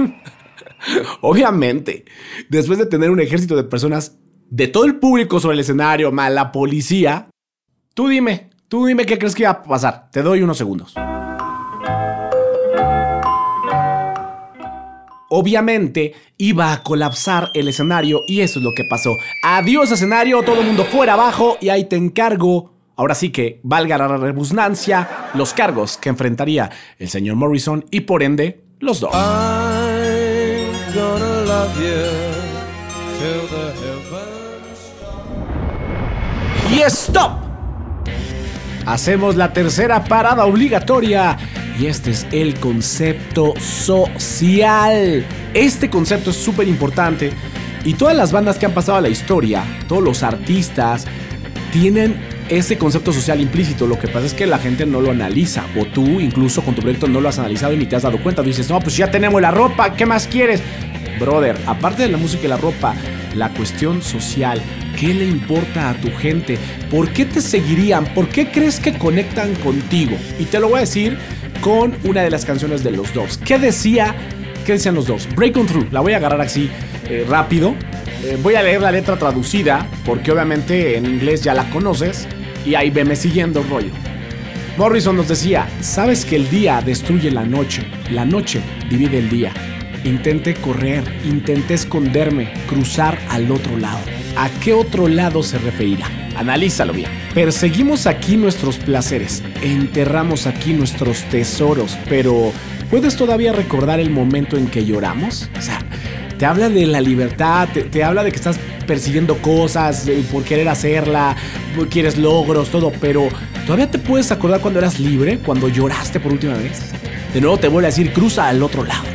Obviamente, después de tener un ejército de personas, de todo el público sobre el escenario, más la policía, tú dime, tú dime qué crees que iba a pasar. Te doy unos segundos. Obviamente iba a colapsar el escenario y eso es lo que pasó. Adiós escenario, todo el mundo fuera abajo y ahí te encargo. Ahora sí que, valga la redundancia, los cargos que enfrentaría el señor Morrison y por ende, los dos. I'm gonna love you till the heavens stop. Y stop. Hacemos la tercera parada obligatoria y este es el concepto social. Este concepto es súper importante y todas las bandas que han pasado a la historia, todos los artistas, tienen ese concepto social implícito. Lo que pasa es que la gente no lo analiza, o tú incluso con tu proyecto no lo has analizado y ni te has dado cuenta. Tú dices, no, pues ya tenemos la ropa, ¿qué más quieres? Brother, aparte de la música y la ropa, la cuestión social, ¿qué le importa a tu gente? ¿Por qué te seguirían? ¿Por qué crees que conectan contigo? Y te lo voy a decir con una de las canciones de los Doors. ¿Qué decía? ¿Qué decían los Doors? Break On Through. La voy a agarrar así eh, rápido. Eh, voy a leer la letra traducida, porque obviamente en inglés ya la conoces, y ahí veme siguiendo el rollo. Morrison nos decía, sabes que el día destruye la noche, la noche divide el día. Intenté correr, intenté esconderme, cruzar al otro lado. ¿A qué otro lado se referirá? Analízalo bien. Perseguimos aquí nuestros placeres, enterramos aquí nuestros tesoros, pero ¿puedes todavía recordar el momento en que lloramos? O sea, te habla de la libertad, te, te habla de que estás persiguiendo cosas eh, por querer hacerla, quieres logros, todo, pero ¿todavía te puedes acordar cuando eras libre, cuando lloraste por última vez? De nuevo te vuelve a decir, cruza al otro lado.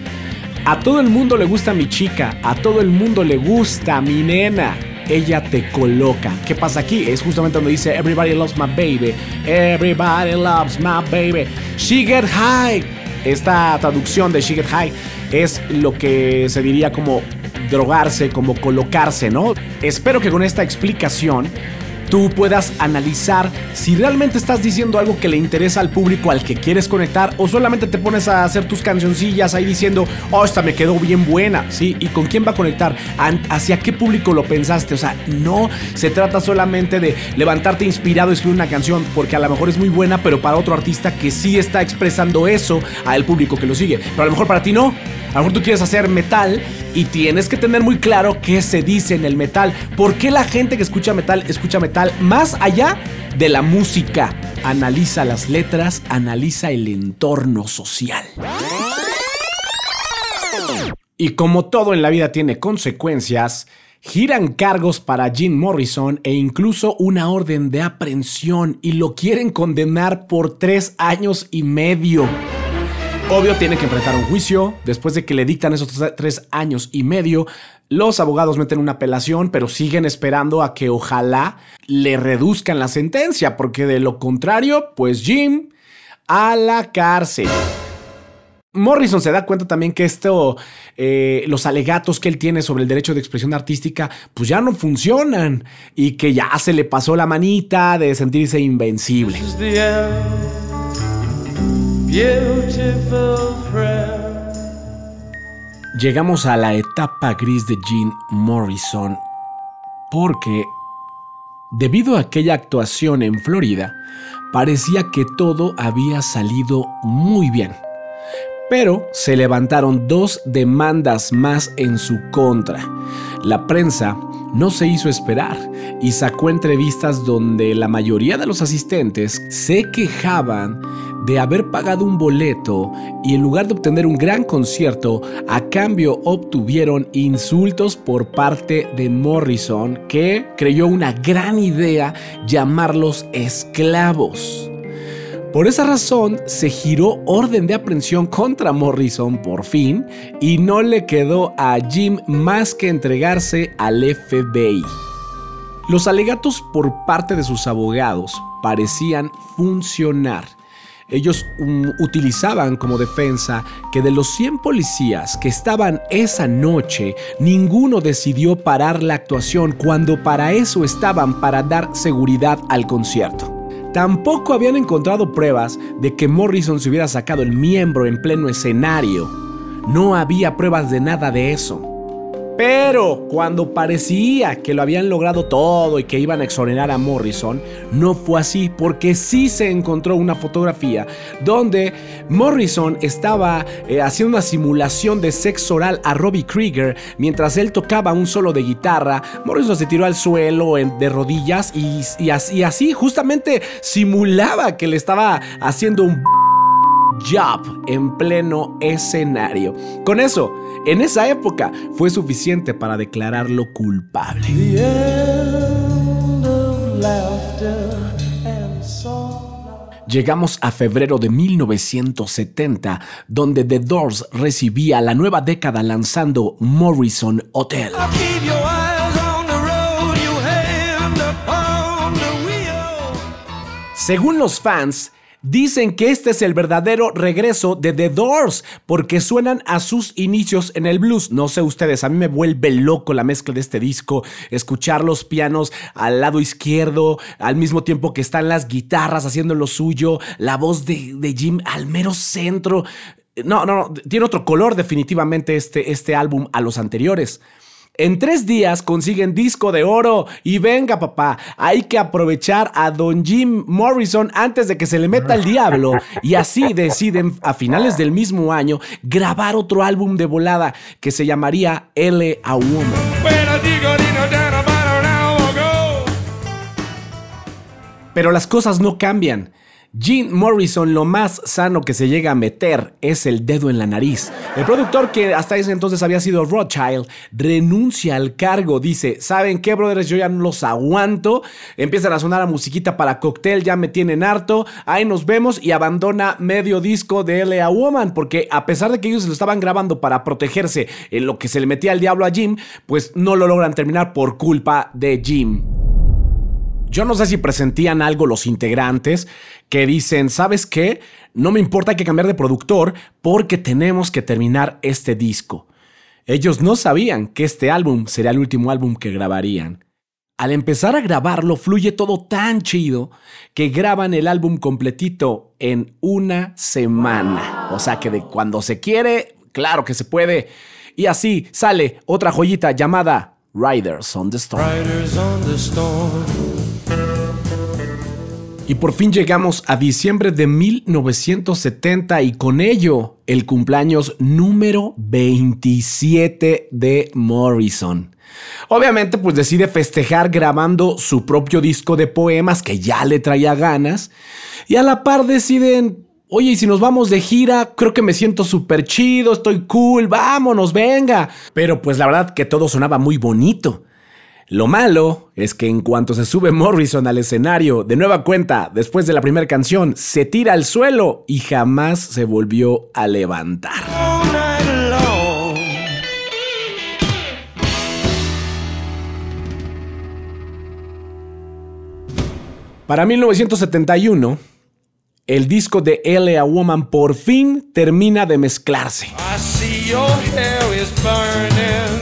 A todo el mundo le gusta mi chica, a todo el mundo le gusta mi nena. Ella te coloca. ¿Qué pasa aquí? Es justamente donde dice Everybody loves my baby, everybody loves my baby. She get high. Esta traducción de She get high es lo que se diría como drogarse, como colocarse, ¿no? Espero que con esta explicación tú puedas analizar si realmente estás diciendo algo que le interesa al público al que quieres conectar, o solamente te pones a hacer tus cancioncillas ahí diciendo, oh, esta me quedó bien buena, ¿sí? ¿Y con quién va a conectar? ¿Hacia qué público lo pensaste? O sea, no se trata solamente de levantarte inspirado y escribir una canción, porque a lo mejor es muy buena, pero para otro artista que sí está expresando eso al público que lo sigue. Pero a lo mejor para ti no. A lo mejor tú quieres hacer metal y tienes que tener muy claro qué se dice en el metal. ¿Por qué la gente que escucha metal escucha metal más allá de la música? Analiza las letras, analiza el entorno social. Y como todo en la vida tiene consecuencias, giran cargos para Jim Morrison e incluso una orden de aprehensión y lo quieren condenar por tres años y medio. Obvio, tiene que enfrentar un juicio. Después de que le dictan esos tres años y medio, los abogados meten una apelación, pero siguen esperando a que ojalá le reduzcan la sentencia, porque de lo contrario, pues Jim a la cárcel. Morrison se da cuenta también que esto, eh, los alegatos que él tiene sobre el derecho de expresión artística, pues ya no funcionan y que ya se le pasó la manita de sentirse invencible. This is the end, beautiful friend. Llegamos a la etapa gris de Jim Morrison porque, debido a aquella actuación en Florida, parecía que todo había salido muy bien. Pero se levantaron dos demandas más en su contra. La prensa no se hizo esperar y sacó entrevistas donde la mayoría de los asistentes se quejaban de haber pagado un boleto y en lugar de obtener un gran concierto, a cambio obtuvieron insultos por parte de Morrison, que creyó una gran idea llamarlos esclavos. Por esa razón, se giró orden de aprehensión contra Morrison por fin y no le quedó a Jim más que entregarse al F B I. Los alegatos por parte de sus abogados parecían funcionar. Ellos um, utilizaban como defensa que de los cien policías que estaban esa noche, ninguno decidió parar la actuación cuando para eso estaban, para dar seguridad al concierto. Tampoco habían encontrado pruebas de que Morrison se hubiera sacado el miembro en pleno escenario. No había pruebas de nada de eso. Pero cuando parecía que lo habían logrado todo y que iban a exonerar a Morrison, no fue así, porque sí se encontró una fotografía donde Morrison estaba eh, haciendo una simulación de sexo oral a Robbie Krieger mientras él tocaba un solo de guitarra. Morrison se tiró al suelo en, de rodillas y, y, así, y así justamente simulaba que le estaba haciendo un job en pleno escenario. Con eso, en esa época, fue suficiente para declararlo culpable. The end of laughter and song. Llegamos a febrero de mil novecientos setenta, donde The Doors recibía la nueva década lanzando Morrison Hotel. Keep your eyes on the road, your hand upon the wheel. Según los fans, dicen que este es el verdadero regreso de The Doors porque suenan a sus inicios en el blues. No sé ustedes, a mí me vuelve loco la mezcla de este disco, escuchar los pianos al lado izquierdo al mismo tiempo que están las guitarras haciendo lo suyo, la voz de, de Jim al mero centro. No, no, no, tiene otro color definitivamente este, este álbum a los anteriores. En tres días consiguen disco de oro y venga papá, hay que aprovechar a don Jim Morrison antes de que se le meta el diablo, y así deciden a finales del mismo año grabar otro álbum de volada que se llamaría L A Woman. Pero las cosas no cambian. Jim Morrison lo más sano que se llega a meter es el dedo en la nariz. El productor, que hasta ese entonces había sido Rothschild, renuncia al cargo. Dice, ¿saben qué, brothers? Yo ya no los aguanto. Empiezan a sonar a musiquita para cóctel, ya me tienen harto. Ahí nos vemos, y abandona medio disco de L A Woman, porque a pesar de que ellos lo estaban grabando para protegerse en lo que se le metía el diablo a Jim, pues no lo logran terminar por culpa de Jim. Yo no sé si presentían algo los integrantes que dicen, ¿sabes qué? No me importa, hay que cambiar de productor porque tenemos que terminar este disco. Ellos no sabían que este álbum sería el último álbum que grabarían. Al empezar a grabarlo, fluye todo tan chido que graban el álbum completito en una semana. O sea que de cuando se quiere, claro que se puede. Y así sale otra joyita llamada Riders on the Storm. Riders on the storm. Y por fin llegamos a diciembre de mil novecientos setenta y con ello el cumpleaños número veintisiete de Morrison. Obviamente pues decide festejar grabando su propio disco de poemas que ya le traía ganas y a la par deciden, oye, y si nos vamos de gira, creo que me siento súper chido, estoy cool, vámonos, venga. Pero pues la verdad que todo sonaba muy bonito. Lo malo es que en cuanto se sube Morrison al escenario, de nueva cuenta, después de la primera canción, se tira al suelo y jamás se volvió a levantar. All night long. Para mil novecientos setenta y uno, el disco de L A Woman por fin termina de mezclarse. I see your hair is burning.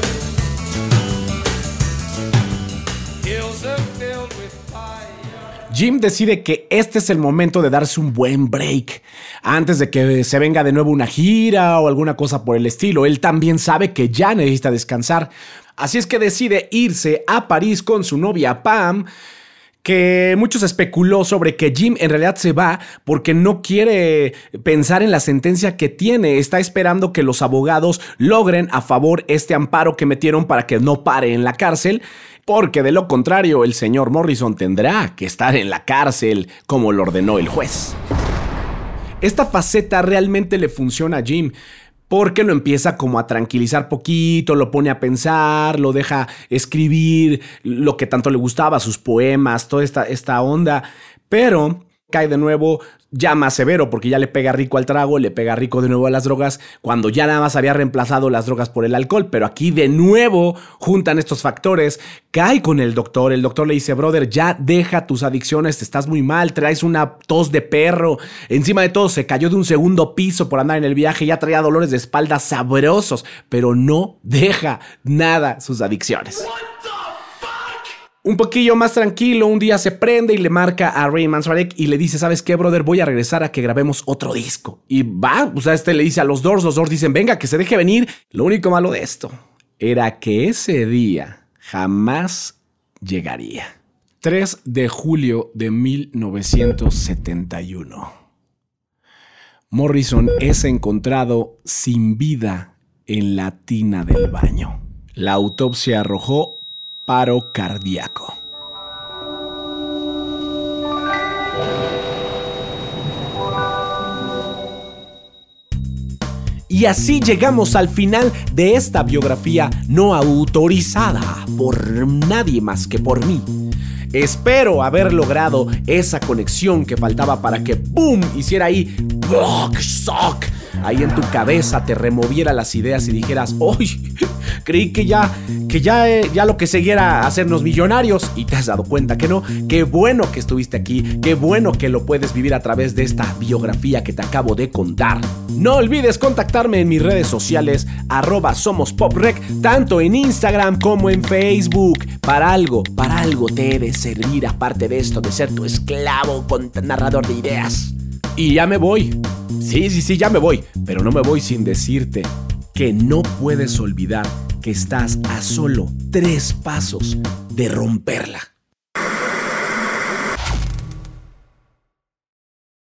Hills are filled with fire. Jim decide que este es el momento de darse un buen break, antes de que se venga de nuevo una gira o alguna cosa por el estilo. Él también sabe que ya necesita descansar, así es que decide irse a París con su novia Pam, que muchos especuló sobre que Jim en realidad se va porque no quiere pensar en la sentencia que tiene. Está esperando que los abogados logren a favor este amparo que metieron para que no pare en la cárcel, porque de lo contrario el señor Morrison tendrá que estar en la cárcel como lo ordenó el juez. Esta faceta realmente le funciona a Jim, porque lo empieza como a tranquilizar poquito, lo pone a pensar, lo deja escribir lo que tanto le gustaba, sus poemas, toda esta, esta onda, pero cae de nuevo ya más severo porque ya le pega rico al trago, le pega rico de nuevo a las drogas, cuando ya nada más había reemplazado las drogas por el alcohol, pero aquí de nuevo juntan estos factores, cae con el doctor, el doctor le dice, brother, ya deja tus adicciones, te estás muy mal, traes una tos de perro, encima de todo se cayó de un segundo piso por andar en el viaje, ya traía dolores de espalda sabrosos, pero no deja nada sus adicciones. Un poquillo más tranquilo, un día se prende y le marca a Ray Manzarek y le dice, ¿sabes qué, brother? Voy a regresar a que grabemos otro disco. Y va, o sea, este le dice a los Doors, los Doors dicen, venga, que se deje venir. Lo único malo de esto era que ese día jamás llegaría. tres de julio de mil novecientos setenta y uno. Morrison es encontrado sin vida en la tina del baño. La autopsia arrojó paro cardíaco. Y así llegamos al final de esta biografía no autorizada por nadie más que por mí. Espero haber logrado esa conexión que faltaba para que ¡pum! Hiciera ahí ¡block! ¡Sock! Ahí en tu cabeza te removiera las ideas y dijeras, ¡uy! Creí que ya, que ya, eh, ya lo que seguía era hacernos millonarios y te has dado cuenta que no. Qué bueno que estuviste aquí, qué bueno que lo puedes vivir a través de esta biografía que te acabo de contar. No olvides contactarme en mis redes sociales, arroba somos poprec, tanto en Instagram como en Facebook. Para algo, para algo te he de servir aparte de esto de ser tu esclavo con narrador de ideas. Y ya me voy. Sí, sí, sí, ya me voy. Pero no me voy sin decirte que no puedes olvidar que estás a solo tres pasos de romperla.